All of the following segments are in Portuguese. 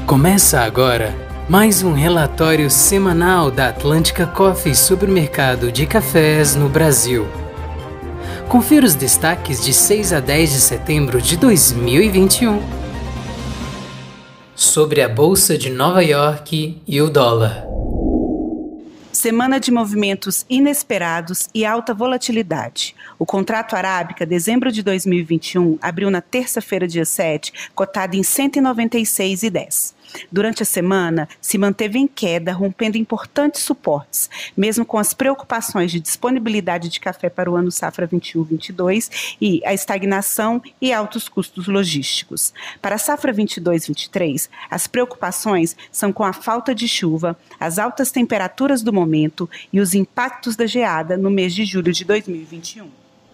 Começa agora mais um relatório semanal da Atlântica Coffee sobre o mercado de cafés no Brasil. Confira os destaques de 6 a 10 de setembro de 2021. Sobre a Bolsa de Nova York e o dólar. Semana de movimentos inesperados e alta volatilidade. O contrato arábica, dezembro de 2021, abriu na terça-feira, dia 7, cotado em 196,10. Durante a semana, se manteve em queda, rompendo importantes suportes, mesmo com as preocupações de disponibilidade de café para o ano safra 21-22 e a estagnação e altos custos logísticos. Para a safra 22-23, as preocupações são com a falta de chuva, as altas temperaturas do momento e os impactos da geada no mês de julho de 2021.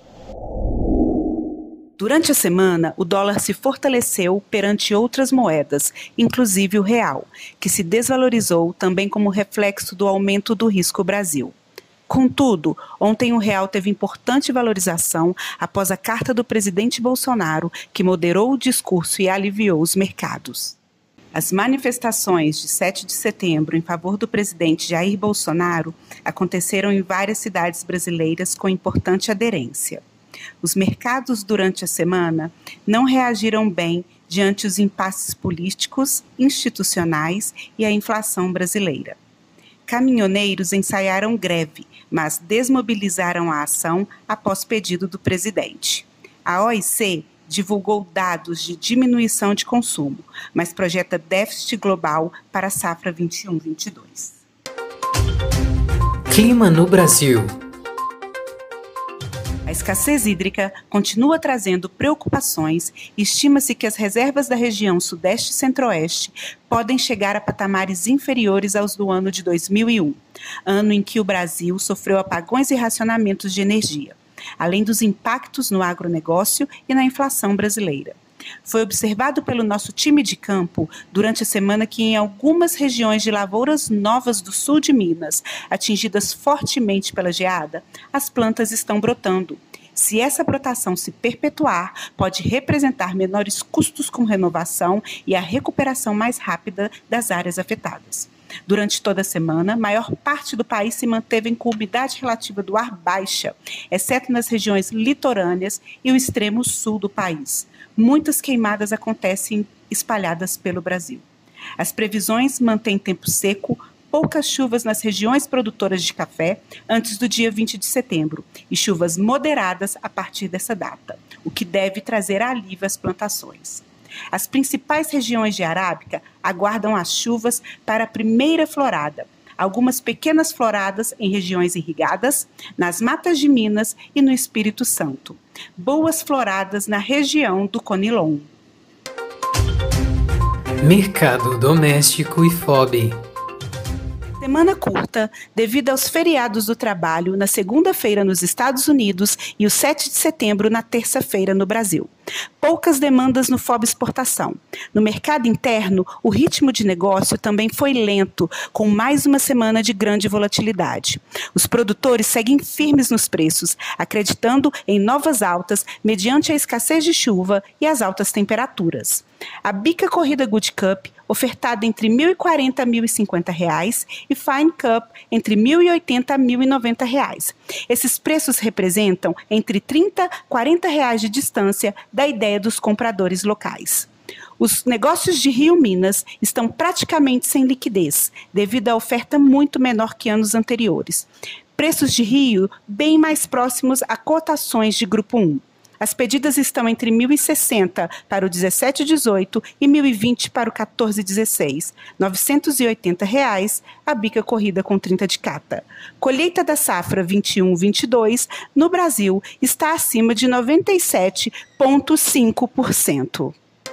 Durante a semana, o dólar se fortaleceu perante outras moedas, inclusive o real, que se desvalorizou também como reflexo do aumento do risco Brasil. Contudo, ontem o real teve importante valorização após a carta do presidente Bolsonaro, que moderou o discurso e aliviou os mercados. As manifestações de 7 de setembro em favor do presidente Jair Bolsonaro aconteceram em várias cidades brasileiras com importante aderência. Os mercados durante a semana não reagiram bem diante os impasses políticos, institucionais e a inflação brasileira. Caminhoneiros ensaiaram greve, mas desmobilizaram a ação após pedido do presidente. A OIC divulgou dados de diminuição de consumo, mas projeta déficit global para a safra 21-22. Clima no Brasil. A escassez hídrica continua trazendo preocupações e estima-se que as reservas da região Sudeste e Centro-Oeste podem chegar a patamares inferiores aos do ano de 2001, ano em que o Brasil sofreu apagões e racionamentos de energia, além dos impactos no agronegócio e na inflação brasileira. Foi observado pelo nosso time de campo durante a semana que em algumas regiões de lavouras novas do sul de Minas, atingidas fortemente pela geada, as plantas estão brotando. Se essa brotação se perpetuar, pode representar menores custos com renovação e a recuperação mais rápida das áreas afetadas. Durante toda a semana, maior parte do país se manteve com umidade relativa do ar baixa, exceto nas regiões litorâneas e o extremo sul do país. Muitas queimadas acontecem espalhadas pelo Brasil. As previsões mantêm tempo seco, poucas chuvas nas regiões produtoras de café antes do dia 20 de setembro e chuvas moderadas a partir dessa data, o que deve trazer alívio às plantações. As principais regiões de arábica aguardam as chuvas para a primeira florada, algumas pequenas floradas em regiões irrigadas, nas matas de Minas e no Espírito Santo. Boas floradas na região do Conilon. Mercado doméstico e FOB. Semana curta, devido aos feriados do trabalho na segunda-feira nos Estados Unidos e o 7 de setembro na terça-feira no Brasil. Poucas demandas no FOB exportação. No mercado interno, o ritmo de negócio também foi lento, com mais uma semana de grande volatilidade. Os produtores seguem firmes nos preços, acreditando em novas altas mediante a escassez de chuva e as altas temperaturas. A bica corrida Good Cup, ofertada entre R$ 1.040 a R$ 1.050 e Fine Cup entre R$ 1.080 a R$ 1.090. Esses preços representam entre R$ 30 a R$ 40 de distância da ideia dos compradores locais. Os negócios de Rio Minas estão praticamente sem liquidez, devido à oferta muito menor que anos anteriores. Preços de Rio bem mais próximos a cotações de Grupo 1. As pedidas estão entre R$ 1.060 para o 17,18 e R$ 1.020 para o 14,16. R$ 980 a bica corrida com 30 de cata. Colheita da safra 21-22 no Brasil está acima de 97,5%.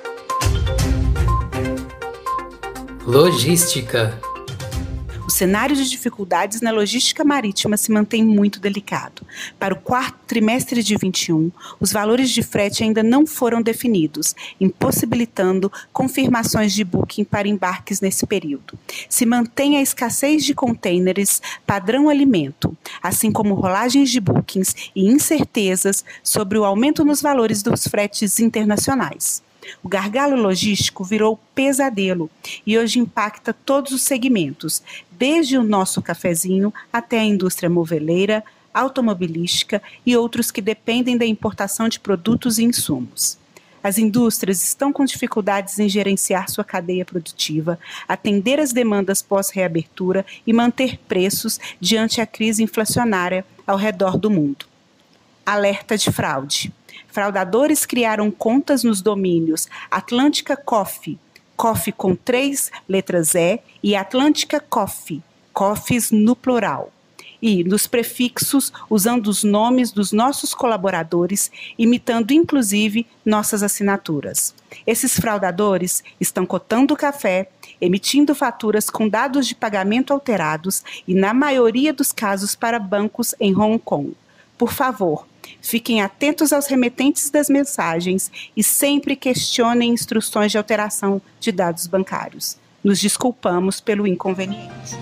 Logística. O cenário de dificuldades na logística marítima se mantém muito delicado. Para o quarto trimestre de 21, os valores de frete ainda não foram definidos, impossibilitando confirmações de booking para embarques nesse período. Se mantém a escassez de contêineres padrão alimento, assim como rolagens de bookings e incertezas sobre o aumento nos valores dos fretes internacionais. O gargalo logístico virou pesadelo e hoje impacta todos os segmentos, desde o nosso cafezinho até a indústria moveleira, automobilística e outros que dependem da importação de produtos e insumos. As indústrias estão com dificuldades em gerenciar sua cadeia produtiva, atender às demandas pós-reabertura e manter preços diante a crise inflacionária ao redor do mundo. Alerta de fraude. Fraudadores criaram contas nos domínios Atlântica Coffee, Coffee com 3 letras E, e Atlântica Coffee, Coffees no plural, e nos prefixos usando os nomes dos nossos colaboradores, imitando inclusive nossas assinaturas. Esses fraudadores estão cotando o café, emitindo faturas com dados de pagamento alterados e, na maioria dos casos, para bancos em Hong Kong. Por favor, fiquem atentos aos remetentes das mensagens e sempre questionem instruções de alteração de dados bancários. Nos desculpamos pelo inconveniente.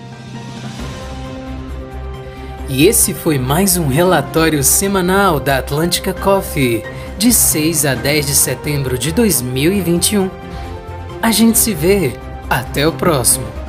E esse foi mais um relatório semanal da Atlântica Coffee, de 6 a 10 de setembro de 2021. A gente se vê. Até o próximo.